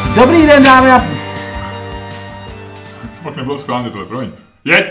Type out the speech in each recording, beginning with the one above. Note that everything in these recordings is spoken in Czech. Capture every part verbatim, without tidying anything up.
Dobrý den, dámy a... Fakt nebylo schválně tohle, promiň. Jeď!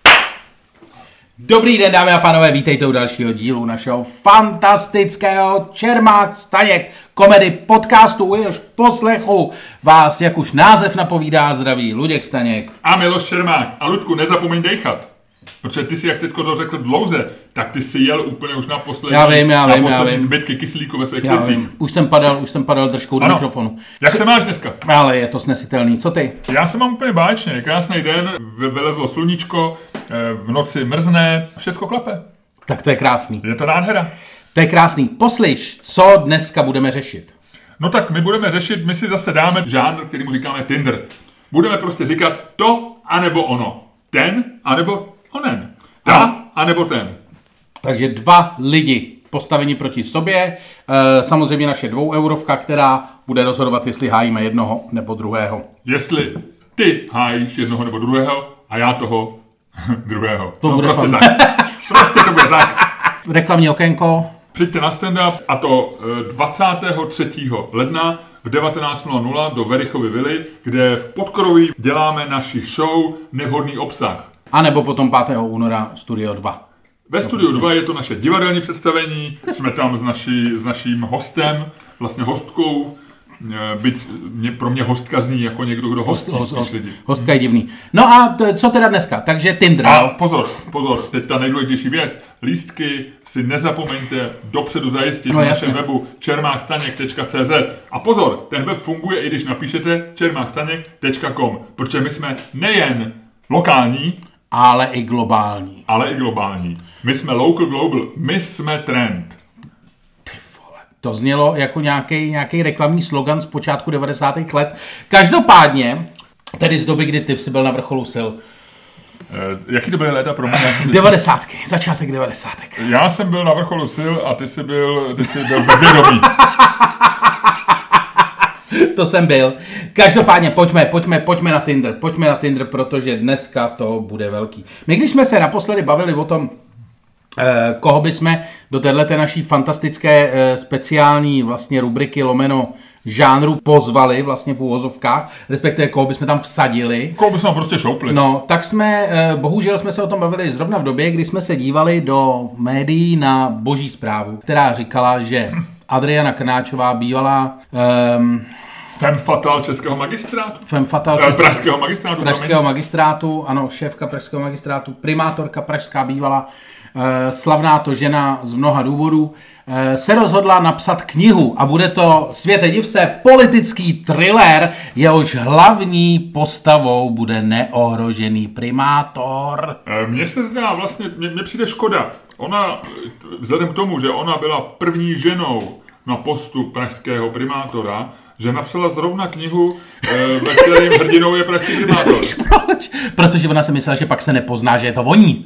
Dobrý den, dámy a pánové, vítejte u dalšího dílu našeho fantastického Čermák Staněk komedy podcastu, u jehož poslechu vás, jak už název napovídá, zdraví Luděk Staněk. A Miloš Čermák. A Luďku, nezapomeň dejchat. Protože ty si, jak teďko to řekl dlouze, tak ty si jel úplně už na poslední, já vím, já na vím, poslední já vím. zbytky kyslíku ve svých Já klicích. vím. Už jsem padal, už jsem padal držkou do Ano. mikrofonu. Jak se máš dneska? Ale je to snesitelný. Co ty? Já se mám úplně báječně. Krásný den, vy- vylezlo sluníčko, v noci mrzne, všecko klape. Tak to je krásný. Je to nádhera. To je krásný. Poslyš, co dneska budeme řešit? No tak my budeme řešit, my si zase dáme žánr, kterýmu říkáme Tinder. Budeme prostě říkat to, anebo ono. Ten, anebo onen. Ta, anebo ten. Takže dva lidi postaveni proti sobě, e, samozřejmě naše dvoueurovka, která bude rozhodovat, jestli hájíme jednoho nebo druhého. Jestli ty hájíš jednoho nebo druhého a já toho druhého. To no, bude prostě fun. tak. Prostě to bude tak. Reklamní okénko. Přijďte na stand-up a to dvacátého třetího ledna v devatenáct nula nula do Verichovy vily, kde v Podkoroví děláme naši show Nevhodný obsah. A nebo potom pátého února Studio dva. Ve Studiu dva je to naše divadelní představení, jsme tam s, naší, s naším hostem, vlastně hostkou, byť mě, pro mě hostka zní jako někdo, kdo hostí Host, host, lidi. hostka je divný. No a t- co teda dneska? Takže Tinder. A pozor, pozor, teď ta nejdůležitější věc. Lístky si nezapomeňte dopředu zajistit No, na jasně. našem webu čermákstaněk tečka cé zet. A pozor, ten web funguje, i když napíšete čermákstaněk tečka com, protože my jsme nejen lokální, Ale i globální. ale i globální. My jsme local global, my jsme trend. To znělo jako nějaký nějaký reklamní slogan z počátku devadesátých let. Každopádně, tedy z doby, kdy ty jsi byl na vrcholu sil. Eh, jaký to byly léta pro mě? Já jsem, Devadesátky, začátek devadesátek. já jsem byl na vrcholu sil a ty jsi byl, ty jsi byl bezvědomý. To jsem byl. Každopádně pojďme, pojďme, pojďme na Tinder, pojďme na Tinder, protože dneska to bude velký. My když jsme se naposledy bavili o tom, eh, koho bychom do téhleté naší fantastické eh, speciální vlastně rubriky lomeno žánru pozvali vlastně v úvozovkách, respektive koho bychom tam vsadili, Koho bychom prostě šoupli. no, tak jsme, eh, bohužel jsme se o tom bavili zrovna v době, kdy jsme se dívali do médií na Boží zprávu, která říkala, že Adriana Krnáčová, bývalá um, Femme fatale českého magistrátu. femme fatale Eh, české- pražského magistrátu. pražského magistrátu, ano, šéfka pražského magistrátu, primátorka pražská bývalá, eh, slavná to žena z mnoha důvodů, eh, se rozhodla napsat knihu a bude to, světe div se, politický thriller, jehož hlavní postavou bude neohrožený primátor. Eh, Mně se zdá vlastně, mně, mně přijde škoda. Ona, eh, vzhledem k tomu, že ona byla první ženou na postu pražského primátora, že napsala zrovna knihu, eh, ve kterým hrdinou je pražský primátor. Proč? Protože ona si myslela, že pak se nepozná, že je to voní.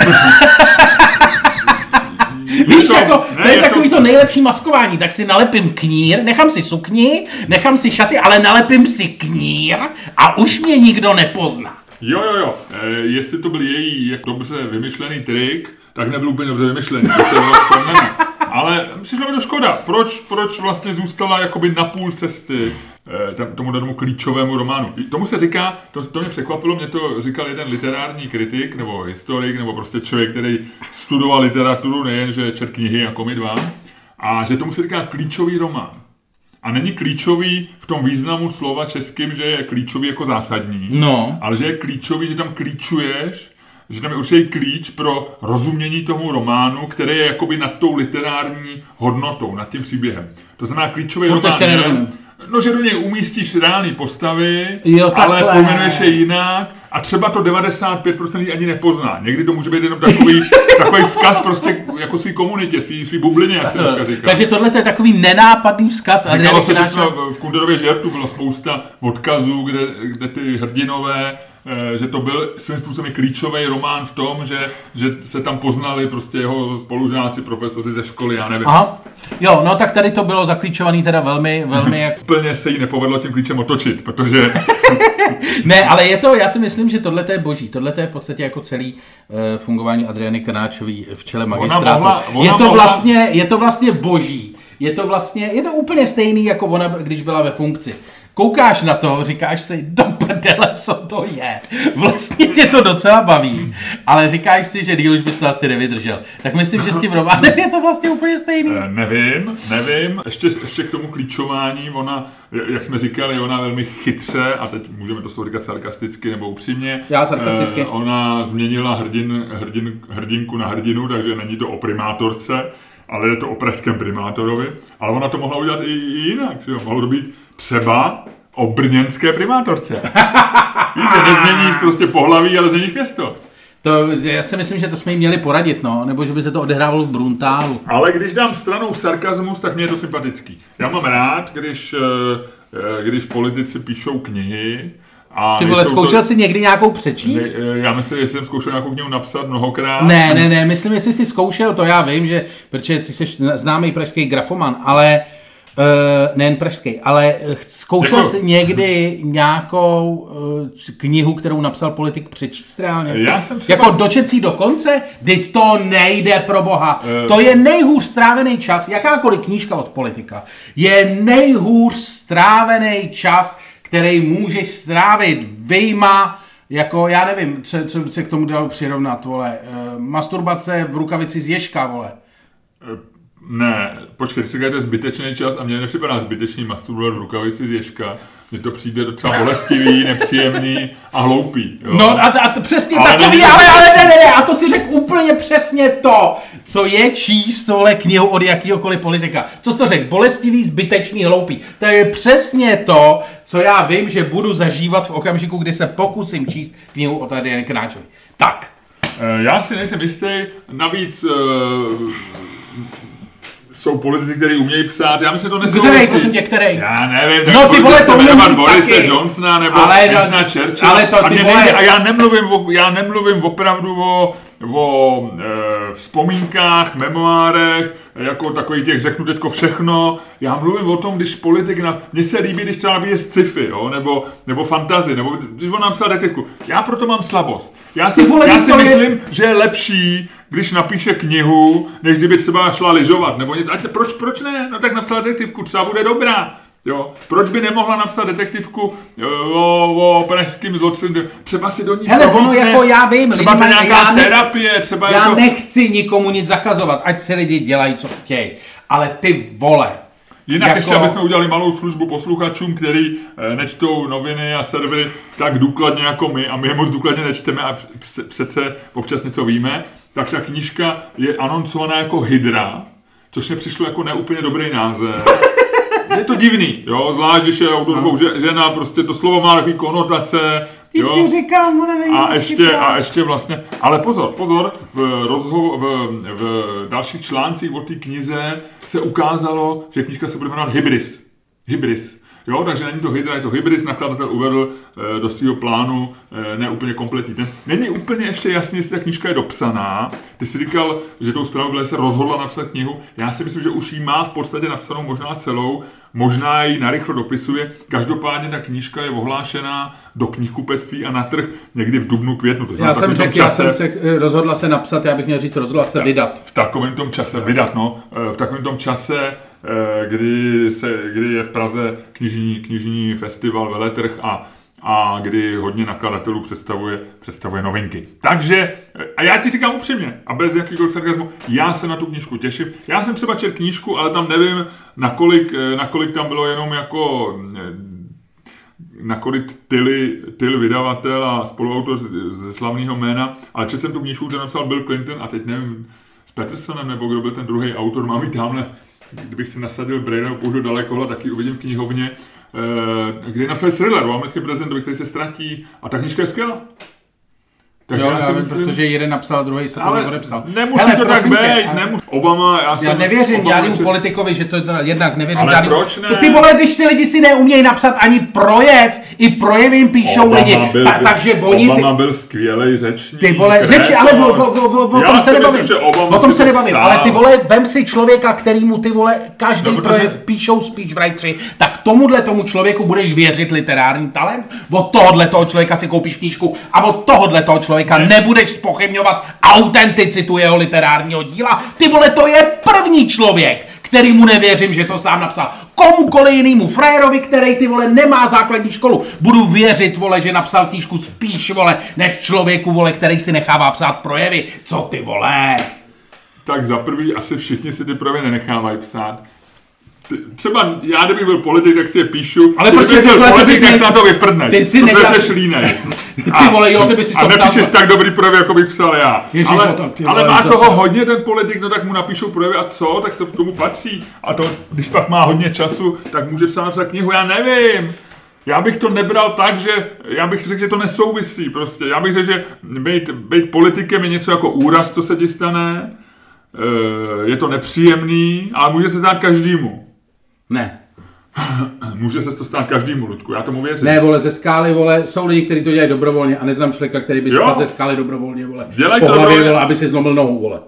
Víš, to- jako, ne, to je je takový to- to nejlepší maskování, tak si nalepím knír, nechám si sukni, nechám si šaty, ale nalepím si knír a už mě nikdo nepozná. Jo, jo, jo. E, jestli to byl její jak dobře vymyšlený trik, tak nebyl úplně dobře vymyšlený. To se rozhodneme. Ale přišlo mi to škoda. Proč, proč vlastně zůstala jakoby na půl cesty e, tam, tomu danému klíčovému románu? Tomu se říká, to, to mě překvapilo, mě to říkal jeden literární kritik, nebo historik, nebo prostě člověk, který studoval literaturu, nejen, že čet knihy jako my dva, a že tomu se říká klíčový román. A není klíčový v tom významu slova českým, že je klíčový jako zásadní, No. ale že je klíčový, že tam klíčuješ, že tam je určitý klíč pro rozumění tomu románu, který je jakoby nad tou literární hodnotou, nad tím příběhem. To znamená klíčový Furt román ještě je, nerozumím. no, že do něj umístíš reální postavy, Jo, ale takhle. pojmenuješ je jinak a třeba to devadesát pět procent lidí ani nepozná. Někdy to může být jenom takový, takový vzkaz prostě jako svý komunitě, svý, svý bublině, jak se dneska říká. Takže tohle je takový nenápadný vzkaz. Říkalo Adriana se, že Krnáčová. jsme v Kunderově žertu bylo spousta odkazů, kde, kde ty hrdinové, eh, že to byl svým způsobem klíčový román v tom, že, že se tam poznali prostě jeho spolužáci, profesoři ze školy, já nevím. Aha. Jo, no tak tady to bylo zaklíčovaný teda velmi, velmi jak... Úplně se jí nepovedlo tím klíčem otočit, protože... Ne, ale je to, já si myslím, že tohle je boží. Tohle je v podstatě jako celý uh, fungování Adriany Krnáčové v čele magistrátu. mohla- ona je, to mohla- vlastně, je to vlastně boží, Je to vlastně, je to úplně stejný, jako ona, když byla ve funkci. Koukáš na to, říkáš si, do prdele, co to je. Vlastně tě to docela baví, ale říkáš si, že díl už bys to asi nevydržel. Tak myslím, že s tím Romanem je to vlastně úplně stejný. Nevím, nevím. Ještě, ještě k tomu klíčování, ona, jak jsme říkali, ona velmi chytře, a teď můžeme to říkat sarkasticky nebo upřímně. Já sarkasticky. Ona změnila hrdin, hrdin, hrdinku na hrdinu, takže není to o primátorce, ale je to o pražském primátorovi. Ale ona to mohla udělat i, i jinak. Že jo? Mohlo to být třeba o brněnské primátorce. Víš, že nezměníš prostě pohlaví, ale změníš město. To, já si myslím, že to jsme jí měli poradit, no, nebo že by se to odehrávalo v Bruntálu. Ale když dám stranou sarkazmus, tak mě je to sympatický. Já mám rád, když, když politici píšou knihy. A ty vole, zkoušel to... jsi někdy nějakou přečíst? Ne, já myslím, že jsem zkoušel nějakou knihu napsat mnohokrát. Ne, ne, ne, myslím, jestli jsi zkoušel, to já vím, že, protože ty jsi známý pražský grafoman, ale uh, nejen pražský, ale zkoušel jsi někdy nějakou uh, knihu, kterou napsal politik, přečíst reálně? Já jsem třeba... Jako dočet si do konce? Vždyť to nejde, pro boha. Uh... To je nejhůř strávený čas, jakákoliv knížka od politika, je nejhůř strávený čas, který můžeš strávit vyjma, jako já nevím, co, co se k tomu dalo přirovnat, vole, e, masturbace v rukavici z ježka, vole. Ne, počkej, ty si říkáte zbytečný čas a mně nepřipadá zbytečný masturbovat v rukavici z ježka. Mně to přijde docela bolestivý, nepříjemný a hloupý. Jo? No a, a to přesně ale takový, ale, ale ne, ne, ne, a to si řekl úplně přesně to, co je číst tohle knihu od jakýhokoliv politika. Co jsi to řekl? Bolestivý, zbytečný, hloupý. To je přesně to, co já vím, že budu zažívat v okamžiku, kdy se pokusím číst knihu od Adriana Knáčovi. Tak. Já si nejsem jistý, navíc... Uh... jsou politici, kteří umějí psát, já myslím, že to nesouvisí. Který, prosím tě, který? Já nevím, tak no, ty vole, to jmenovat Borise Johnsona nebo Winston Churchilla. Ale to, ty a, vole... nejde, a já nemluvím, o, já nemluvím opravdu o, o e, vzpomínkách, memoárech, jako takových těch řeknu teďko všechno. Já mluvím o tom, když politik, na, mně se líbí, když třeba je sci-fi, jo, nebo, nebo fantasy, nebo když on napsal detektivku. Já proto mám slabost. Já si, vole, já si myslím, je... že je lepší, když napíše knihu, než kdyby třeba šla lyžovat, nebo něco. A te, proč, proč ne? No tak napsala detektivku, třeba bude dobrá. Jo? Proč by nemohla napsat detektivku o, o pražským zločinu? Třeba si do ní hele, ono jako já vím, třeba to nějaká já terapie, nechci, třeba já jako... nechci nikomu nic zakazovat, ať se lidi dělají, co chtějí. Ale ty vole. Jinak jako... ještě, abychom udělali malou službu posluchačům, který nečtou noviny a servery tak důkladně jako my, a my je moc důkladně nečteme a přece občas něco víme, tak ta knížka je anoncovaná jako Hydra, což mě přišlo jako neúplně dobrý název. Je to divný, jo, zvlášť, když je autorkou no. žena, prostě to slovo má takový konotace, jo. Ti říkám, ona není a ještě, a ještě vlastně, ale pozor, pozor, v, rozho- v, v dalších článcích o té knize se ukázalo, že knížka se bude jmenovat Hybris. Hybris. Jo, takže není to Hydra, je to Hybris, nakladatel uvedl e, do svého plánu e, ne úplně kompletní. Ten, není úplně ještě jasný, jestli ta knížka je dopsaná. Ty jsi říkal, že tou zprávou se rozhodla napsat knihu. Já si myslím, že už ji má v podstatě napsanou možná celou, možná ji narychlo dopisuje. Každopádně ta knížka je ohlášená do knihkupectví a na trh někdy v dubnu, květnu. To já jsem řekl, já jsem se rozhodla se napsat, já bych měl říct, rozhodla se vydat. V takovém tom čase, vydat, no, v takovém tom čase, kdy, se, kdy je v Praze knižní, knižní festival, veletrh a, a kdy hodně nakladatelů představuje, představuje novinky. Takže, a já ti říkám upřímně, a bez jakýkoliv sarkazmu, já se na tu knížku těším. Já jsem třeba četl knížku, ale tam nevím, nakolik, nakolik tam bylo jenom jako... nakolik Tilly, Tilly vydavatel a spoluautor ze slavného jména, ale četl jsem tu knížku, kterou napsal Bill Clinton a teď nevím, s Petersonem, nebo kdo byl ten druhý autor, mám ji tamhle, kdybych si nasadil Braille, použil dalekohle, taky uvidím v knihovně, kde je napsal thriller o americkém prezidentovi, který se ztratí a ta knížka je skvělá. Takže jo, já, já si vím, myslím, protože jeden napsal, druhý se to odepsal. Nemusí hele, to tak být, nemusí. Obama, já jsem... Já nevěřím žádnému že... politikovi, že to jednak nevěřím ale žádný... proč ne? No ty vole, když ty lidi si neumějí napsat ani projev, i projevy jim píšou Obama lidi, byl, Ta, takže oni... Obama ty... byl skvělej řečník. Ty vole, řeči, ale o, o, o, o, o tom se nebavím. O tom se nebavím, ale ty vole, vem si člověka, kterýmu ty vole každý no, projev protože... píšou speechwriteri, tak tomuhle tomu člověku budeš věřit literární talent, od tohohle toho člověka si koupíš knížku a od tohohle toho člověka ne. nebudeš zpochybňovat autenticitu jeho literárního díla. Ty vole, to je první člověk, který mu nevěřím, že to sám napsal. Komukoliv jinému frérovi, který ty vole nemá základní školu, budu věřit, vole, že napsal knížku spíš, vole, než člověku, vole, který si nechává psát projevy. Co ty vole? Tak za prvý asi všichni si ty projevy nenechávají psát. Třeba já, kdybych byl politik, tak si je píšu. Ale proč byl politik, tak se na to vyprdneš. Ty si nedělal... seš línej. Ty vole, jo, ty by si to psal. A nepíšeš tak dobrý projev, jako bych psal já. Ježiš, ale potom, ty ale vole, má toho se... hodně ten politik, no tak mu napíšou projevy a co, tak to k tomu patří. A to, když pak má hodně času, tak může psát napsat knihu, já nevím. Já bych to nebral tak, že já bych řekl, že to nesouvisí prostě. Já bych řekl, že být, být politikem je něco jako úraz, co se ti stane. Je to nepříjemný, ale může se stát každému. Ne. Může se to stát každému, Ludku, já tomu věřím. Ne, vole, ze skály, vole, jsou lidi, kteří to dělají dobrovolně a neznám člověka, který by spadl ze skály dobrovolně, vole. Dělaj po to hlavě, dobrovolně. Vole, aby si zlomil nohu, vole.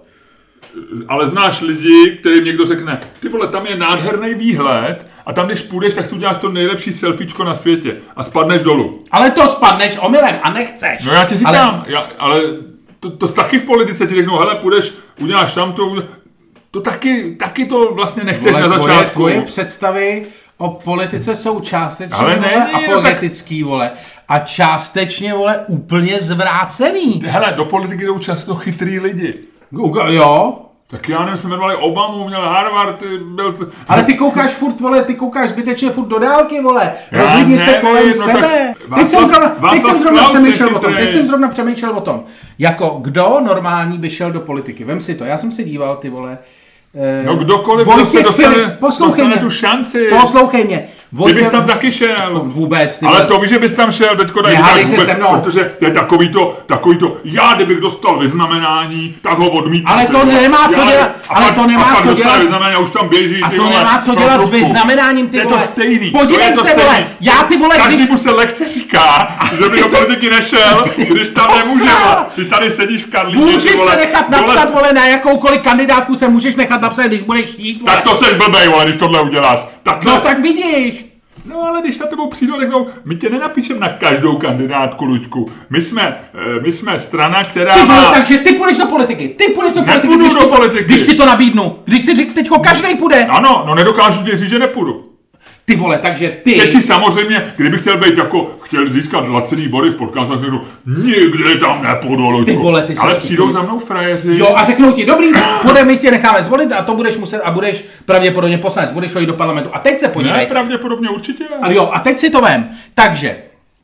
Ale znáš lidi, kterým někdo řekne, ty vole, tam je nádherný výhled a tam, když půjdeš, tak si uděláš to nejlepší selfiečko na světě a spadneš dolů. Ale to spadneš omylem a nechceš. No já ti říkám, ale, já, ale to, to taky v politice ti řeknou, hele, půjdeš, uděláš tam to, to taky, taky to vlastně nechceš vole, na začátku. Tvoje, tvoje představy o politice jsou částečně, ale vole, ne, apologetický, no tak... vole, a částečně, vole, úplně zvrácený. Hele, do politiky jdou často chytrý lidi. Jo? Tak já nevím, jsme jmenovali Obamu, měl Harvard, byl... T... Ale ty koukáš furt, vole, ty koukáš zbytečně furt do dálky, vole. Rozhlídni se kolem no sebe. Teď jsem zrovna, teď jsem zrovna přemýšlel o tom, teď jsem zrovna přemýšlel o tom. Jako, kdo normální by šel do politiky? Vem si to, já jsem si díval, ty vole. Eh, no kdokoliv, kdo se dostane, dostane tu šanci. Poslouchej mě. Ty bys tam taky šel. Vůbec. Ty ale to víš, že bys tam šel, teďko nehánej se se mnou. Protože to je takový to, takový to, já kdybych dostal vyznamenání, tak ho odmítnu. Ale to nemá co dělat. Ale to nemá co dělat. Vyznamenání, a už tam běží. A to nemá co dělat s vyznamenáním, ty vole. Je to stejný. Podívej se, vole. Já ty vole, když... Každému se lehce říká, že by do politiky nešel, když tam nemůže. Ty tady sedíš v Karlíně. Můžeš se nechat napsat, vole, na jakoukoliv kandidátku se můžeš nechat napsat, když budeš chtít, vole. Tak to seš blbej, vole, když tohle uděláš. No tak vidíš. No ale když na tebou přijdu, řeknou, my tě nenapíšeme na každou kandidátku, Luďku. My jsme, my jsme strana, která ty vole, má... takže ty půjdeš do politiky, ty půjdeš do politiky, když, do ti, politiky. Když ti to nabídnu. Když si řík, teďko každej půjde. Ano, no nedokážu ti říct, že nepůjdu. Ty vole, takže ty... Teď samozřejmě, kdybych chtěl být jako, chtěl získat laciný body v podcastu, tak řeknu, nikdy tam nepůjdu, Luďku. Ty vole, ty ale přijdou ty... za mnou frajeři. Jo, a řeknou ti, dobrý, půjdeme, my tě necháme zvolit a to budeš muset, a budeš pravděpodobně poslanec, budeš chodit do parlamentu. A teď se podívej. Ne, pravděpodobně určitě. A jo, a teď si to vem. Takže,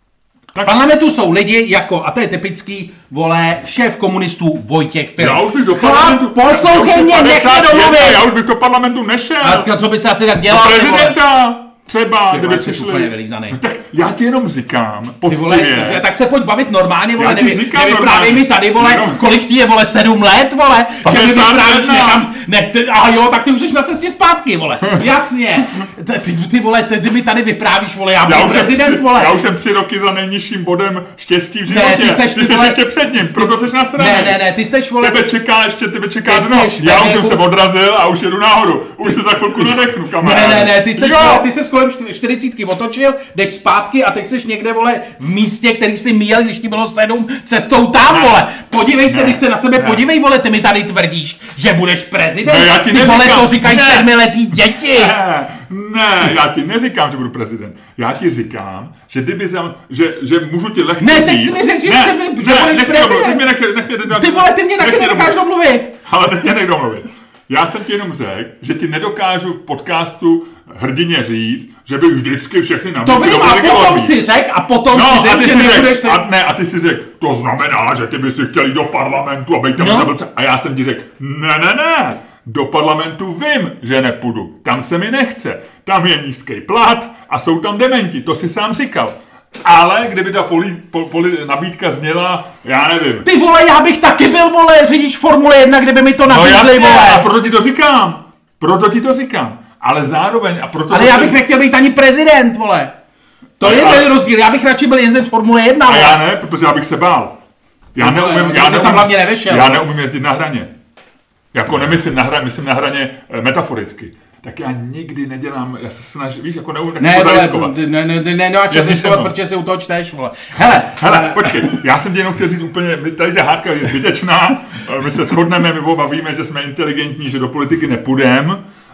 v parlamentu jsou lidi jako, a to je typický, vole, šéf komunistů Vojtěch Filip. Já už bych do parlamentu... Chlap, poslouchej mě, nech mě domluvit. Já už bych do parlamentu nešel. A co by se asi tak dělal? Do prezidenta. Třeba, ty kdyby přišli. No, tak já ti jenom říkám, poctivě. Vole, tak se pojď bavit normálně, vole, já ti nevy, říkám nevyprávěj mi tady, vole, no. Kolik ti je, vole, sedm let, vole, že mi vyprávíš někam, ne, ty, aha jo, tak ty už jsi na cestě zpátky, vole, jasně, ty, ty vole, ty, ty mi tady vyprávíš, vole, já budu prezident, tři, vole. Já už jsem tři roky za nejnižším bodem štěstí v životě, ne, ty seš, ty, ty seš ještě před ním, proto seš nasraný. Ne, ne, ne, ty seš, vole. Tebe čeká ještě, tebe čeká dno, já už jsem se odrazil a už jedu nahoru, už se za chvilku nadechnu, kamarád. Ne, ne, ne, ty seš, ty seš kolem čtyřicítky otočil, jdeš zpátky a teď seš někde, vole, v místě, který jsi míjel, když ti bylo sedm, cestou tam, ne. Vole. Podívej se, teď se na sebe, ne. Podívej, vole, ty mi tady tvrdíš, že budeš prezident. Ne, já ti ty neříkám, vole, to říkají sedmiletý děti. Ne, ne, já ti neříkám, že budu prezident. Já ti říkám, že kdyby za, že, že můžu ti lehce ne, říct. Ne, teď si mi řekl, že, ne, že, že budeš prezident. Nech, nech, nech, nech, ty vole, ty mě taky nenecháš domluvit. Ale teď mě nech domluvit. Já jsem ti jenom řekl, že ti nedokážu v podcastu hrdině říct, že bych vždycky všechny nabídky... To vím, a potom si řek, a potom no, si řek, že nebudeš se... A ne, a ty si řekl, to znamená, že ty by si chtěl jít do parlamentu a být tam no. Zablce. A já jsem ti řekl, ne, ne, ne, do parlamentu vím, že nepůjdu. Tam se mi nechce. Tam je nízký plat a jsou tam dementi, to si sám říkal. Ale kdyby ta poli, pol, poli, nabídka zněla, já nevím. Ty vole, já bych taky byl, vole, řidič Formule jedna, kdyby mi to nabídli, no jasně, vole. A proto ti to říkám. Proto ti to říkám. Ale zároveň a proto... Ale já bych nechtěl být ani prezident, vole. To je ten rozdíl, já bych radši byl jezdec Formule jedna, vole. A já ne, protože já bych se bál. Já no, neumím, já neumím, neumím, tam hlavně nevešel. Já neumím jezdit na hraně. Jako nemyslím na hraně, myslím na hraně e, metaforicky. Tak já nikdy nedělám, já se snažím, víš, jako neumím ne, zariskovat. Ne, ne, ne, ne, no a čas riskovat, protože si u toho čteš, vole. Hele, hele, počkej, já jsem ti jenom chtěl říct úplně, tady ta hádka je zbytečná, my se shodneme, my oba víme, že jsme inteligentní, že do politiky nepůjdeme,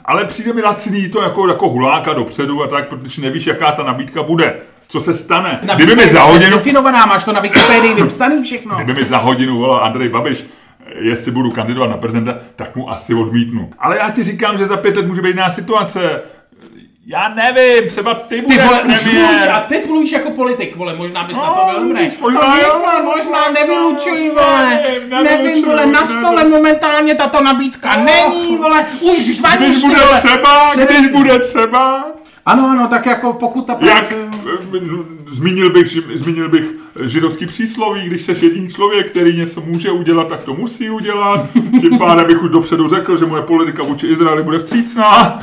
Ale přijde mi lacný to jako, jako huláka dopředu a tak, protože nevíš, jaká ta nabídka bude. Co se stane? Kdyby mi za hodinu... Definovaná, máš to na Wikipedii vypsaný všechno. Kdyby mi za hodinu volal Andrej Babiš, jestli budu kandidovat na prezidenta, tak mu asi odmítnu. Ale já ti říkám, že za pět let může být jiná situace. Já nevím, třeba ty budeš premiér. A teď mluvíš jako politik, vole, možná bys no, na to byl dobrý. Možná, jo, možná nevylučuj, vole. Nevím, nevím, vole, na stole momentálně tato nabídka no. není, vole. Už žvaníš, když bude vole. třeba, když bude třeba. Ano, ano, tak jako pokud ta práce... Jak, zmínil bych, zmínil bych židovský přísloví, když seš jediný člověk, který něco může udělat, tak to musí udělat. Tím pádem bych už dopředu řekl, že moje politika vůči Izraeli bude vstřícná.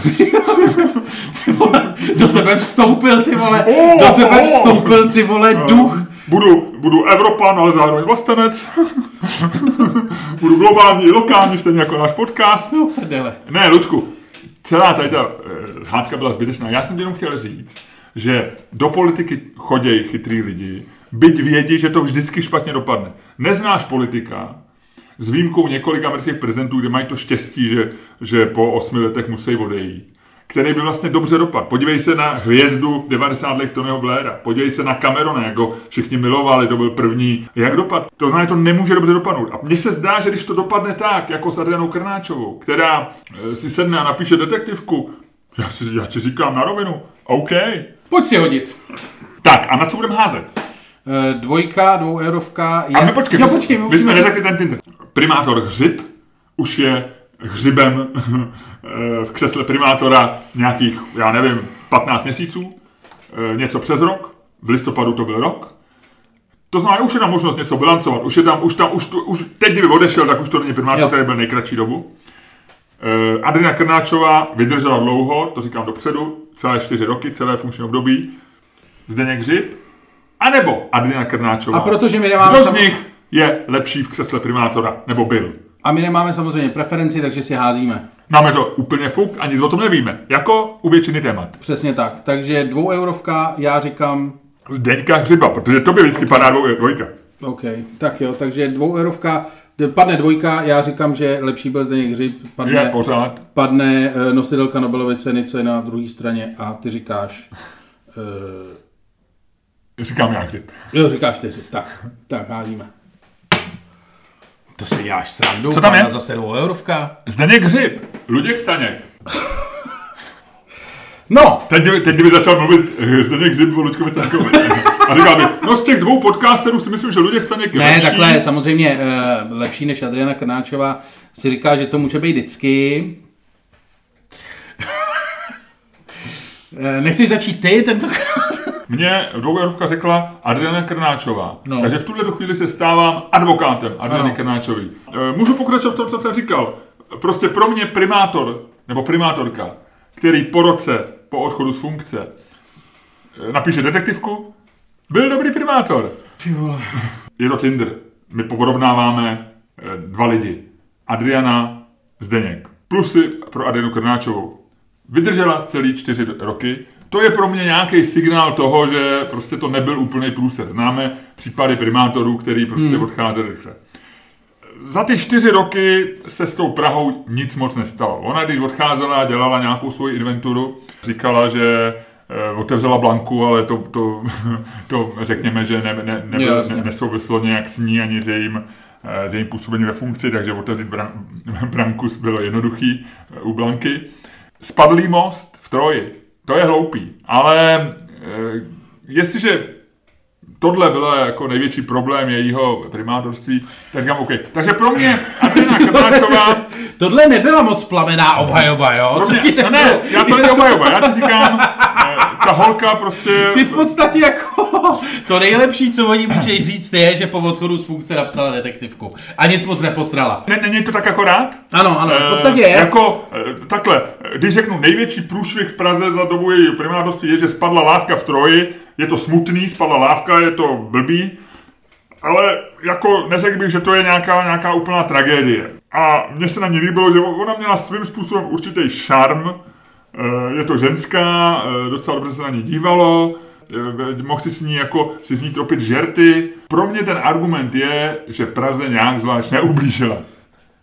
Ty vole, do tebe vstoupil, ty vole, oh, do tebe oh, vstoupil, ty vole, duch. Budu, budu Evropan, ale zároveň vlastenec. Budu globální i lokální, stejně jako náš podcast. No, prdele. Ne, Ludku. Celá tady ta uh, hádka byla zbytečná. Já jsem jenom chtěl říct, že do politiky chodějí chytrý lidi, byť vědí, že to vždycky špatně dopadne. Neznáš politika, s výjimkou několika amerických prezidentů, kde mají to štěstí, že, že po osmi letech musí odejít, který by vlastně dobře dopadl. Podívej se na hvězdu devadesátých let Tonyho Blaira, podívej se na Camerona, jak ho všichni milovali, to byl první. Jak dopadl? To znamená, že to nemůže dobře dopadnout. A mně se zdá, že když to dopadne tak, jako s Adrianou Krnáčovou, která si sedne a napíše detektivku, já, si, já ti říkám na rovinu, OK. Pojď si hodit. Tak, a na co budeme házet? E, dvojka, dvou eurovka. Je... A my počkej, jo, my, počkej, my, my jsme neřekli ten Tinder. Primátor Hřib už je hřibem v křesle primátora nějakých, já nevím, patnáct měsíců, něco přes rok, v listopadu to byl rok. To znamená, už je tam možnost něco bilancovat, už je tam, už tam, už, to, už teď, kdyby odešel, tak už to není primátor, který byl nejkratší dobu. Adriana Krnáčová vydržela dlouho, to říkám dopředu, celé čtyři roky, celé funkční období. Zdeněk Hřib, anebo Adriana Krnáčová. A protože my nemáme... Kdo z nich je lepší v křesle primátora, nebo byl? A my nemáme samozřejmě preferenci, takže si házíme. Máme to úplně fuk a nic o tom nevíme. Jako u většiny témat. Přesně tak. Takže dvou eurovka, já říkám... Zdeňka Hřiba, protože to by vždycky okay. padá dvou, dvojka. OK, tak jo, takže dvou eurovka, padne dvojka, já říkám, že lepší byl Zdeněk Hřib, padne, je pořád. padne nositelka Nobelovy ceny, co je na druhé straně a ty říkáš... Uh... Říkám já Hřib. Jo, říkáš ty Hřib, tak, tak házíme. To si děláš srandu. Co tam je? Zase dvou eurovka. Zdeněk Hřib. Luděk Staněk. No. Teď, teď kdyby začal mluvit Zdeněk Hřib o Luďkovi Staňkovi. A říkal by, no z těch dvou podcasterů si myslím, že Luděk Staněk je ne, lepší. Ne, takhle, samozřejmě uh, lepší než Adriana Krnáčová. Si říká, že to může být vždycky. Nechceš začít ty tentokrát? Mně dvoueurovka řekla Adriana Krnáčová. No. Takže v tuhle chvíli se stávám advokátem Adriany Krnáčový. Můžu pokračovat v tom, co jsem říkal. Prostě pro mě primátor, nebo primátorka, který po roce, po odchodu z funkce, napíše detektivku, byl dobrý primátor. Je to Tinder. My porovnáváme dva lidi. Adriana, Zdeněk. Plusy pro Adrianu Krnáčovou. Vydržela celý čtyři roky. To je pro mě nějaký signál toho, že prostě to nebyl úplný průser. Známe případy primátorů, který prostě hmm. odcházeli rychle. Za ty čtyři roky se s tou Prahou nic moc nestalo. Ona, když odcházela, dělala nějakou svoji inventuru, říkala, že eh, otevřela Blanku, ale to, to, to řekněme, že ne, ne, nebyl, ne, nesouvislo nějak s ní ani s jejím, eh, s jejím působením ve funkci, takže otevřít bran, Branku bylo jednoduchý eh, u Blanky. Spadlý most v Troji. To je hloupý, ale e, jestliže tohle byla jako největší problém jejího primátorství, tak říkám OK. Takže pro mě Adriana Krnáčová... Tohle nebyla moc plamená obhajoba, jo? Pro mě, no ne, já to není obhajoba, já ti říkám, e, ta holka prostě... Ty v podstatě jako... To nejlepší, co oni můžeš říct, je, že po odchodu z funkce napsala detektivku. A nic moc neposrala. Ne, není to tak akorát? Ano, ano, v podstatě je. E, jako, e, takhle, když řeknu největší průšvih v Praze za dobu její primátorství je, že spadla lávka v Troji, je to smutný, spadla lávka, je to blbý, ale jako neřekl bych, že to je nějaká, nějaká úplná tragédie. A mně se na ní líbilo, že ona měla svým způsobem určitý šarm, je to ženská, docela dobře se na ní dívalo, mohl si s ní jako si z ní tropit žerty. Pro mě ten argument je, že Praze nějak zvlášť neublížila.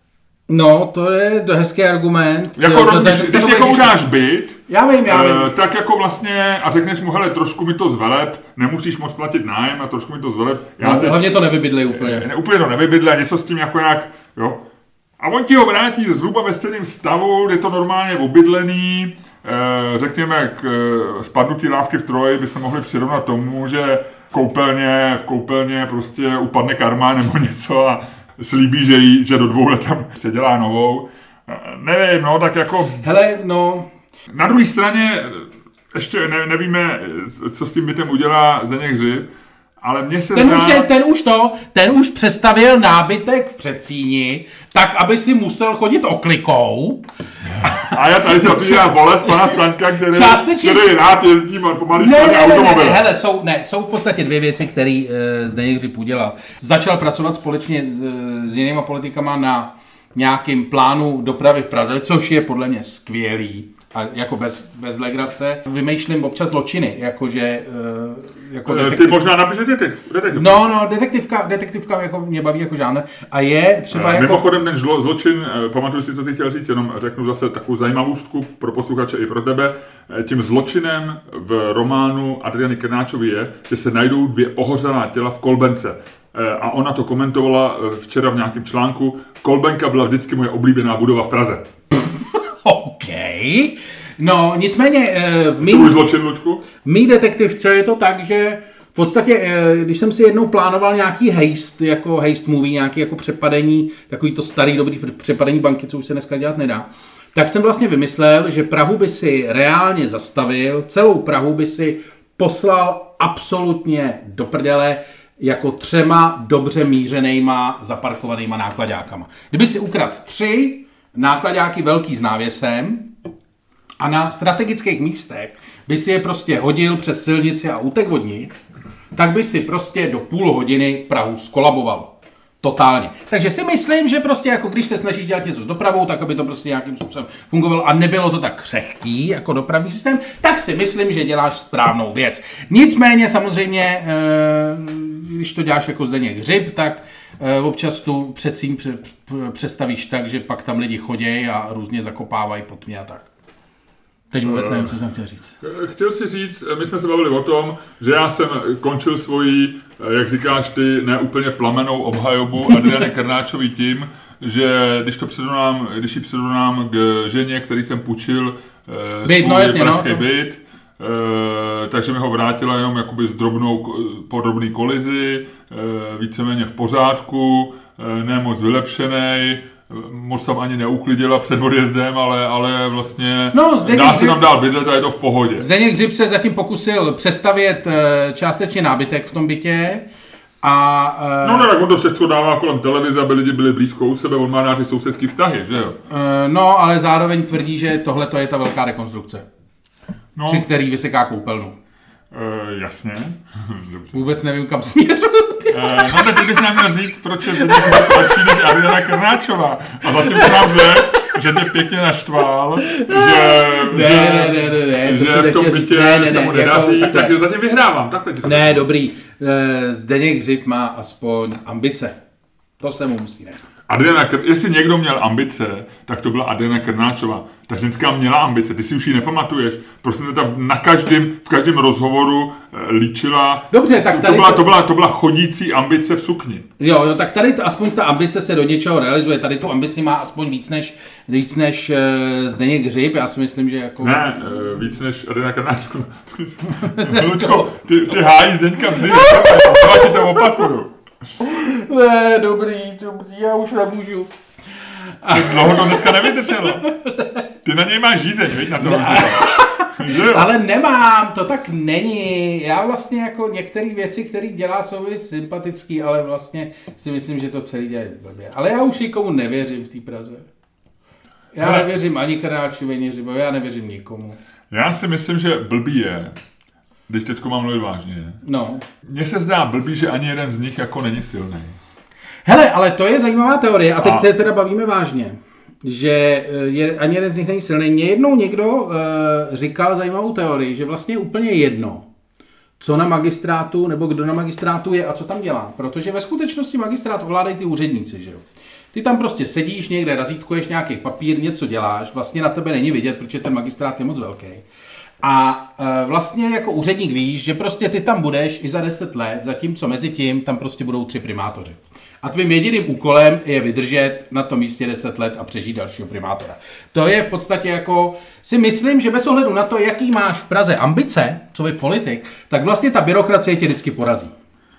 No, to je to hezký argument. Jako rozumíš, když někomu dáš byt, já vím, já vím. Uh, tak jako vlastně, a řekneš mu, hele, trošku mi to zveleb, nemusíš moc platit nájem a trošku mi to zveleb. Já no, teď, hlavně to nevybydlej úplně. Ne, úplně to nevybydlej, něco s tím jako jak, jo. A on ti ho vrátí zhruba ve stejném stavu, je to normálně obydlený, uh, řekněme, k uh, spadnutí lávky v Troji by se mohli přirovnat tomu, že v koupelně, v koupelně prostě upadne karma nebo něco a slíbí, že, jí, že do dvou let tam se dělá novou. Nevím, no, tak jako... Hele, no... Na druhé straně ještě ne, nevíme, co s tím bytem udělá Zdeněk Hřib, ale mně se ten zdá... Už ten, ten už to, ten už přestavil nábytek v předsíni, tak, aby si musel chodit oklikou. A já tady se opět bolest pana Staňka, který, který rád jezdí pomalý ne, ne, ne, automobil. Ne, ne, hele, jsou, ne, jsou v podstatě dvě věci, které uh, Zdeněk Hřib udělal. Začal pracovat společně s, s jinýma politikama na nějakým plánu dopravy v Praze, což je podle mě skvělý. A jako bez, bez legrace. Vymýšlím občas zločiny, jakože... Jako detektiv... Ty možná napíšeš detektiv, detektiv. No, no, detektivka, detektivka jako mě baví jako žánr. A je třeba jako... Mimochodem ten žlo, zločin, pamatuju si, co jsi chtěl říct, jenom řeknu zase takovou zajímavostku pro posluchače i pro tebe. Tím zločinem v románu Adriany Krnáčové je, že se najdou dvě ohořelá těla v kolbence. A ona to komentovala včera v nějakém článku. Kolbenka byla vždycky moje oblíbená budova v Praze. OK. No, nicméně v mý... Tvůj zločin, Luďku? Mý detektivce je to tak, že v podstatě, když jsem si jednou plánoval nějaký heist, jako heist movie, nějaký jako přepadení, takový to starý dobrý přepadení banky, co už se dneska dělat nedá, tak jsem vlastně vymyslel, že Prahu by si reálně zastavil, celou Prahu by si poslal absolutně do prdele jako třema dobře mířenýma zaparkovanýma nákladákama. Kdyby si ukradl tři nákladáky velký s návěsem a na strategických místech by si je prostě hodil přes silnici a útek od nich, tak by si prostě do půl hodiny Prahu skolaboval. Totálně. Takže si myslím, že prostě jako když se snažíš dělat něco s dopravou, tak aby to prostě nějakým způsobem fungovalo a nebylo to tak křehký jako dopravní systém, tak si myslím, že děláš správnou věc. Nicméně samozřejmě, když to děláš jako Zdeněk Hřib, tak občas tu předsíň přestavíš tak, že pak tam lidi chodějí a různě zakopávají pod mě a tak. Teď vůbec nevím, co jsem chtěl říct. Chtěl si říct, my jsme se bavili o tom, že já jsem končil svoji, jak říkáš ty, neúplně plamenou obhajobu Adriany Krnáčové tím, že když to přirovnám, když ji přirovnám k ženě, který jsem půjčil byt, svůj no, jasně, pražský no. byt, e, takže mi ho vrátila jenom jakoby s drobnou, po drobný kolizi, e, víceméně v pořádku, e, ne moc vylepšenej, moc tam ani neuklidila před odjezdem, ale, ale vlastně no, dá se tam dál bydlet a je to v pohodě. Zdeněk Hřib se zatím pokusil přestavět částečně nábytek v tom bytě. A, no ne, tak on to všechno dává kolem televize, aby lidi byli blízko u sebe, on má nějaké sousedský vztahy, že jo? No, ale zároveň tvrdí, že tohle je ta velká rekonstrukce, no. při který vyseká koupelnu. Uh, jasně. Dobře. Vůbec nevím, kam směřuju. Uh, no, tak ty bys nám měl říct, proč je Zdeněk Hřib lepší než Adriana Krnáčová. A zatím se nám řekl, že tě pěkně naštval, že, ne, že, ne, ne, ne, ne, že v tom bytě ne, ne, se mu nedaří, jako, tak zatím vyhrávám. Takhle ne, dobrý. Zdeněk Hřib má aspoň ambice. To se mu musí nechat. Adriana, jestli někdo měl ambice, tak to byla Adriana Krnáčová. Ta ženská měla ambice, ty si už ji nepamatuješ. Prostě ta na každém, v každém rozhovoru líčila. Dobře, tak tady to byla, to byla, to byla chodící ambice v sukni. Jo, jo, tak tady to, aspoň ta ambice se do něčeho realizuje. Tady tu ambici má aspoň víc než, víc než uh, Zdeněk Hřib. Já si myslím, že jako... Ne, uh, víc než Adriana Krnáčová. Luďko, ty, ty hájí Zdeňka Hřib, já ti to opakuju. Ne, dobrý, dobrý, já už nemůžu. Ty dlouho to dneska nevydrželo. Ty na něj máš žízeň, víš, na to ne. Ale nemám, to tak není. Já vlastně jako některé věci, které dělá, jsou sympatický, ale vlastně si myslím, že to celý dělá blbě. Ale já už nikomu nevěřím v té Praze. Já ale... nevěřím ani Krnáčovi, ani Hřibovi, já nevěřím nikomu. Já si myslím, že blbý je, když teďko mám mluvit vážně. No. Mně se zdá blbý, že ani jeden z nich jako není silný. Hele, ale to je zajímavá teorie a teď a... teda bavíme vážně, že je, ani jeden z nich není silný. Mně jednou někdo uh, říkal zajímavou teorii, že vlastně je úplně jedno, co na magistrátu, nebo kdo na magistrátu je a co tam dělá. Protože ve skutečnosti magistrát ovládají ty úředníci, že jo. Ty tam prostě sedíš někde, razítkuješ nějaký papír, něco děláš, vlastně na tebe není vidět, protože ten magistrát je moc velký. A e, vlastně jako úředník víš, že prostě ty tam budeš i za deset let, zatímco mezi tím tam prostě budou tři primátoři. A tvým jediným úkolem je vydržet na tom místě deset let a přežít dalšího primátora. To je v podstatě jako, si myslím, že bez ohledu na to, jaký máš v Praze ambice, co by politik, tak vlastně ta byrokracie tě vždycky porazí.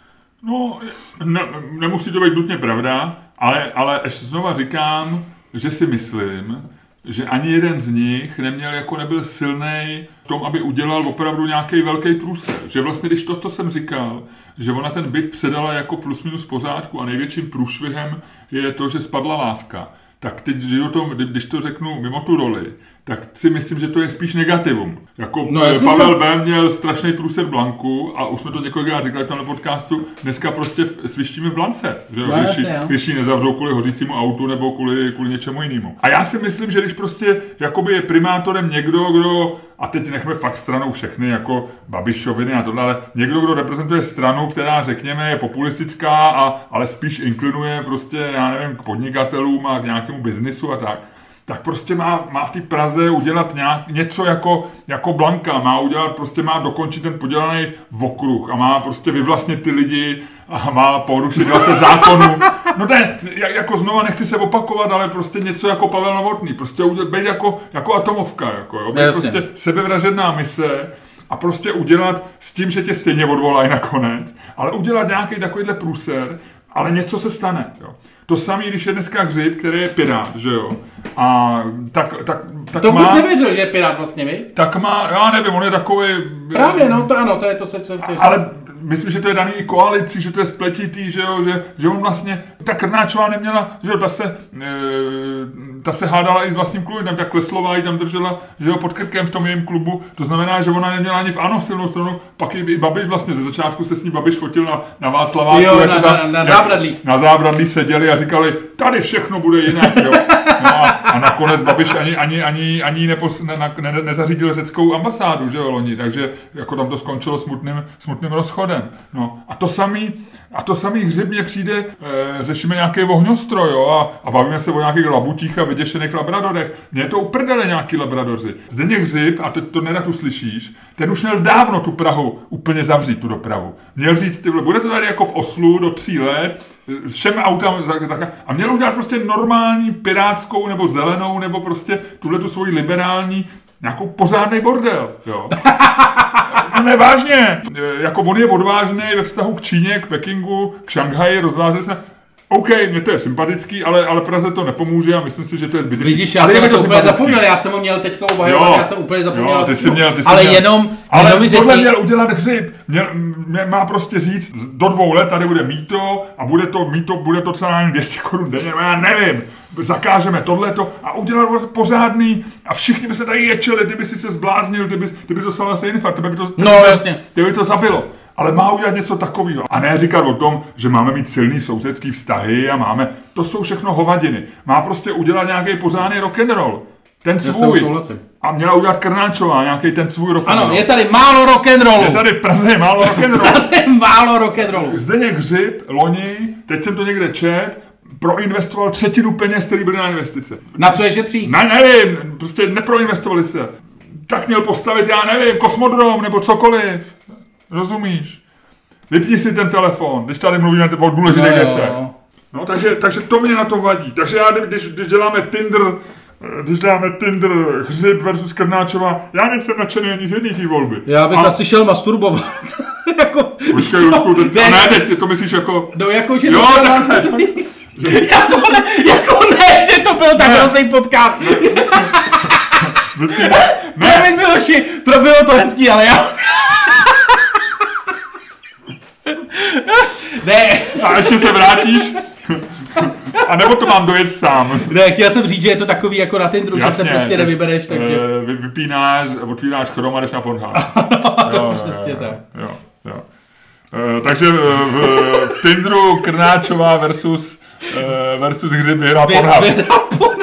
No, ne, nemusí to být nutně pravda, ale, ale ještě znova říkám, že si myslím, že ani jeden z nich neměl, jako nebyl silnej v tom, aby udělal opravdu nějaký velký průser. Že vlastně, když to, co jsem říkal, že ona ten byt předala jako plus minus pořádku a největším průšvihem je to, že spadla lávka, tak teď, když to řeknu mimo tu roli, tak si myslím, že to je spíš negativum. Jako no, Pavel B. měl strašný průser Blanku a už jsme to několikrát říkali na podcastu, dneska prostě svištíme v Blance, že jo? No, když, jasně, když ji nezavřou kvůli hodícímu autu nebo kvůli, kvůli něčemu jinému. A já si myslím, že když prostě jakoby je primátorem někdo, kdo, a teď nechme fakt stranou všechny, jako Babišoviny a tohle, ale někdo, kdo reprezentuje stranu, která řekněme je populistická, a, ale spíš inklinuje prostě, já nevím, k podnikatelům a k nějakému biznisu a tak, tak prostě má, má v té Praze udělat nějak, něco jako, jako Blanka, má udělat, prostě má dokončit ten podělaný okruh a má prostě vyvlastnit ty lidi a má porušit dvacet zákonů. No to je, jako znova nechci se opakovat, ale prostě něco jako Pavel Novotný, prostě udělat, být jako, jako atomovka, jako, jo, být prostě sebevražedná mise a prostě udělat s tím, že tě stejně odvolají nakonec, ale udělat nějaký takovýhle průser, ale něco se stane, jo. To samé, když je dneska Hřib, který je pirát, že jo. A tak, tak, tak to má... bys nevěřil, že je pirát vlastně, my? Tak má, já nevím, on je takový... Právě, no to ano, to je to se... Co, to je ale myslím, že to je daný koalicí, že to je spletitý, že jo, že, že on vlastně... Ta Krnáčová neměla, že jo, ta se, e, ta se hádala i s vlastním klubem, tam ta Kleslová ji tam držela, že jo, pod krkem v tom jejím klubu, to znamená, že ona neměla ani v ANO silnou stranu, pak i, i Babiš vlastně, ze začátku se s ní Babiš fotil na, na Václaváku, jo, jako na, tam, na, na, na zábradlí. Na zábradlí seděli a říkali, tady všechno bude jinak, jo. No a, a nakonec Babiš ani, ani, ani, ani nepos, ne, ne, ne, nezařídil řeckou ambasádu, že jo, loni, takže jako tam to skončilo smutným, smutným rozchodem. No a to samý, a to samý Hřib mně přijde, e, řešíme nějaký ohňostroj, jo, a, a bavíme se o nějakých labutích a vyděšených labradorech. Mně je to uprdele nějaký labradoři. Zdeněk Hřib, a teď to nerad uslyšíš, ten už měl dávno tu Prahu úplně zavřít, tu dopravu. Měl říct, tyhle, bude to tady jako v Oslu do tří let, všem autám a měl udělat prostě normální pirátskou nebo zelenou nebo prostě tuhle tu svoji liberální nějakou pořádnej bordel, jo. No ne, vážně, jako on je odvážný ve vztahu k Číně, k Pekingu, k Šanghaji, rozváželi jsme. OK, mě to je sympatický, ale, ale Praze to nepomůže a myslím si, že to je zbytečný. Vidíš, já ale jsem to úplně zapomněl, já jsem ho měl teďka obhajovat, já jsem úplně zapomněl. Jo, ty jsi měl, ty jsi ale měl. jenom, ale jenom tohle řekni... měl udělat Hřib, měl, mě, má prostě říct, do dvou let tady bude mýto a bude to mýto, bude to třeba dvě stě korun denně, já nevím, zakážeme tohleto a udělat pořádný a všichni by se tady ječeli, ty by si se zbláznil, ty by, ty by dostal asi infarkt, tebe by to, no, by, tebe by to zabilo. Ale má udělat něco takového. A ne říkat o tom, že máme mít silný sousedský vztahy a máme... To jsou všechno hovadiny. Má prostě udělat nějaký pořádný rock'n'roll. Ten svůj. A měla udělat Krnáčová nějaký ten svůj rock'n'roll. Ano, je tady málo rock'n'rollu. Je tady v Praze málo rock'n'rollu. V Praze málo rock'n'rollu. Zdeněk Hřib, loni, teď jsem to někde čet, proinvestoval třetinu peněz, který byly na investice. Na co je šetří? Ne, nevím, prostě neproinvestovali se. Tak měl postavit, já nevím, kosmodrom nebo cokoliv. Rozumíš? Vypni si ten telefon, když tady mluvíme o důležitých věcech. No, takže, takže to mě na to vadí. Takže já, když, když děláme Tinder, když děláme Tinder Hřib versus Krnáčová, já nejsem nadšený ani z jedné té volby. Já bych a... asi šel masturbovat. jako... Počkej, Ludku, teď... Ne, a ne, teď to myslíš jako... No, jako, že... Jo, tak ne. jako, ne, jako ne, že to byl tak hrozný podcast. Promiň, Miloši, probilo to hezký, ale já... Ne. A ještě se vrátíš? A nebo to mám dojet sám? Ne, chtěl jsem říct, že je to takový jako na Tinderu, že se prostě nevybereš, takže... Vy, vypínáš, otvíráš Chrome a jdeš na Pornhub. Jo, přesně tak. Jo, jo. E, takže v, v Tinderu Krnáčová versus, versus Hřib vyhrá Pornhub.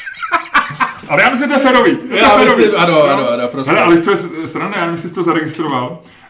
Ale já myslím, že to je férový. Já myslím, ano, ano, ano, prosím. Hele, ale co je strana, já nevím, jestli jsi to zaregistroval,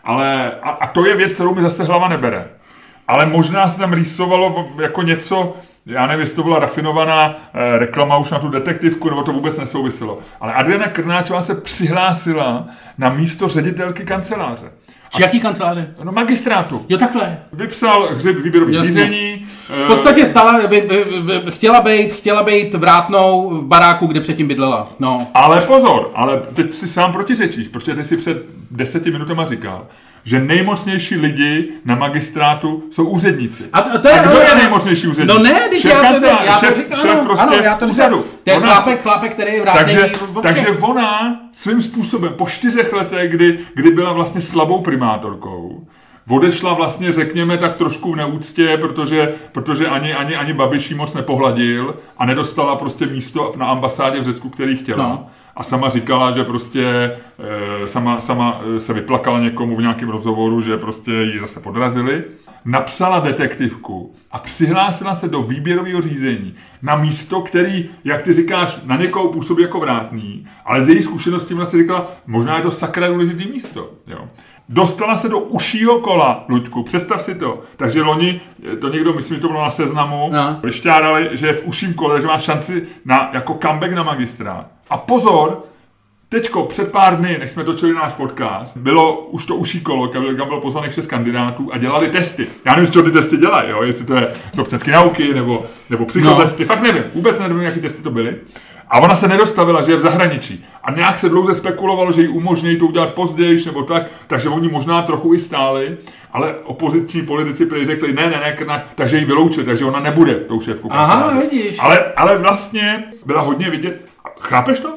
ale a, a to je věc, kterou mi zase hlava nebere. Ale možná se tam rýsovalo jako něco, já nevím, jestli to byla rafinovaná eh, reklama už na tu detektivku, nebo to vůbec nesouviselo. Ale Adriana Krnáčová se přihlásila na místo ředitelky kanceláře. Či jaký kanceláře? No magistrátu. Jo, takhle. Vypsal hřib výběrový řízení. V podstatě stala, by, by, by, chtěla být, chtěla být vrátnou v baráku, kde předtím bydlela. No. Ale pozor, ale teď si sám protiřečíš, protože ty si před deseti minutama říkal, že nejmocnější lidi na magistrátu jsou úředníci. A, to je, a kdo je nejmocnější úředník? No ne, teď já to, já to šéf, říkám. Šéf prostě ano, já to úřadu. To je chlápek, chlápek, který je vrátný. Takže, takže ona svým způsobem po čtyřech letech, kdy, kdy byla vlastně slabou primátorkou, odešla vlastně, řekněme, tak trošku v neúctě, protože, protože ani, ani, ani Babiš jí moc nepohladil a nedostala prostě místo na ambasádě v Řecku, který chtěla. No. A sama říkala, že prostě e, sama, sama se vyplakala někomu v nějakém rozhovoru, že prostě ji zase podrazili. Napsala detektivku a přihlásila se do výběrového řízení na místo, který, jak ty říkáš, na někoho působí jako vrátný, ale z její zkušeností ona si říkala, možná je to sakra důležitý místo. Jo. Dostala se do užšího kola, Luďku, představ si to. Takže loni, to někdo, myslím, že to bylo na Seznamu, no. Vyšťárali, že je v užším kole, že má šanci na, jako comeback na magistrát. A pozor, teďko před pár dny, než jsme točili náš podcast, bylo už to užší kolo, kam bylo pozvaných šest kandidátů a dělali testy. Já nevím, z čeho ty testy dělají, jo? Jestli to je z občanské nauky nebo, nebo psychotesty, no. Fakt nevím, vůbec nevím, jaký testy to byly. A ona se nedostavila, že je v zahraničí. A nějak se dlouze spekulovalo, že jí umožní to udělat později nebo tak, takže oni možná trochu i stáli, ale opoziční politici prý řekli, ne, ne, ne, ne, takže ji vyloučili, takže ona nebude tou šéfkou kanceláře. Aha, vidíš. Ale, ale vlastně byla hodně vidět. Chápeš to?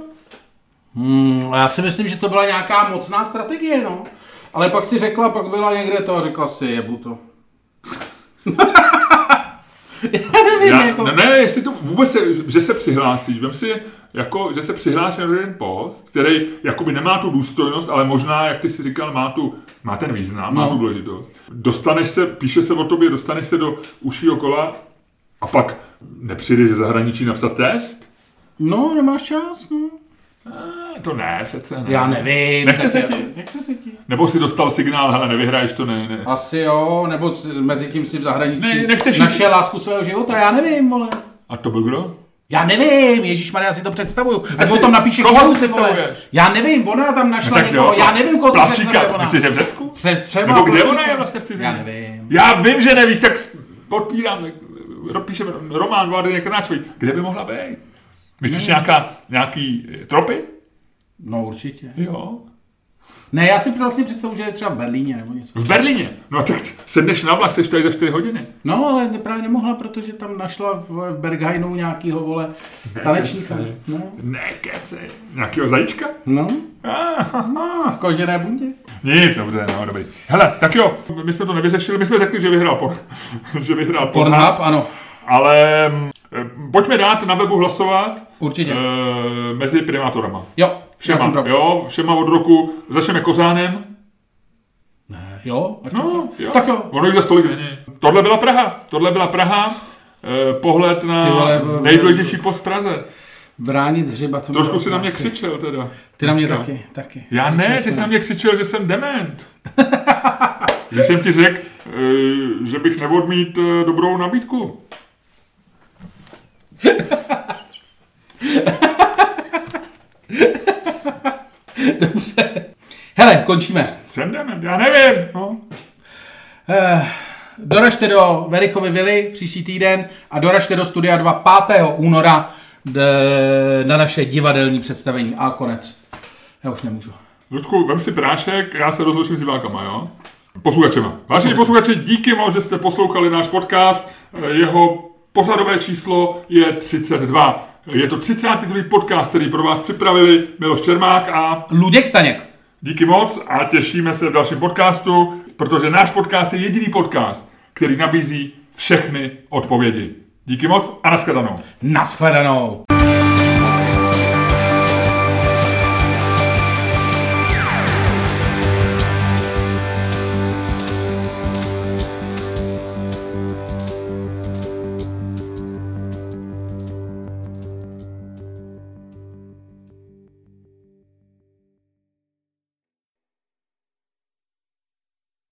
Hmm, já si myslím, že to byla nějaká mocná strategie, no. Ale pak si řekla, pak byla někde to a řekla si, jebu to. Já nevím, já, jako... Ne, jestli to vůbec, se, že se přihlásíš, vem si, jako, že se přihláší na jeden post, který jakoby nemá tu důstojnost, ale možná, jak ty si říkal, má, tu, má ten význam, no. Má tu důležitost. Dostaneš se, píše se o tobě, dostaneš se do užšího kola a pak nepřijdeš ze zahraničí napsat test? No, nemáš čas, no. A, to ne, přece ne. Já nevím. Nechce se ti? Nechce se ti. Nebo si dostal signál, hele, nevyhraješ to, ne, ne. Asi jo, nebo mezi tím si v zahraničí ne, nechceš našel lásku svého života, já nevím, vole. A to byl kdo? Já nevím, ježišmarja, já si to představuju. Tak si, o tom napíše koho si představuješ? Já nevím, ona tam našla no, někoho, jo, já nevím, koho si představuje ona. Myslíš, že v Řecku? Před třeba nebo kde ona je vlastně v cizině? Já nevím. Já vím, že nevíš, tak podpírám, píšeme román Adriany Krnáčové. Kde by mohla být? Myslíš nějaká, nějaký tropy? No určitě. Jo. Ne, já si vlastně představuji, že je třeba v Berlíně nebo něco. V Berlíně? No tak sedneš na vlak, seš tady za čtyři hodiny. No, ale právě nemohla, protože tam našla v Berghainu nějakýho, vole, tanečníka. No. Nekece. Nějakýho zajíčka? No. V kožené bundě. Nic, dobře, no, dobrý. Hele, tak jo, my jsme to nevyřešili, my jsme řekli, že vyhrál por... že vyhrál Pornhub. Pornhub, ano. Ale pojďme dát na webu hlasovat. Určitě. E, mezi primátorama. Jo, všema, jo, všema od roku. Začneme Kozánem. Ne, jo, no, jo. Tak jo. Ono jich za stolik není. Tohle byla Praha. Tohle byla Praha. E, pohled na vole, nejdůležitější post v Praze. Bránit hřiba. Trošku si na mě křičel teda. Ty na mě taky, taky. Já ne, ty jsi na mě křičel, že jsem dement. Když jsem ti řekl, že bych neodmít dobrou nabídku. Dobře. Hele, končíme. Jsem dement, já nevím. No. Eh, doražte do Verichovy vily příští týden a doražte do Studia dva pátého února d- na naše divadelní představení. A konec. Já už nemůžu. Luďku, vem si prášek, já se rozloučím s divákama, jo? Posluchačema. Vážení posluchači, díky moc, že jste poslouchali náš podcast. Jeho pořadové číslo je třicet dva. Je to třicátý druhý podcast, který pro vás připravili Miloš Čermák a Luděk Staněk. Díky moc a těšíme se v dalším podcastu, protože náš podcast je jediný podcast, který nabízí všechny odpovědi. Díky moc a nashledanou. Nashledanou.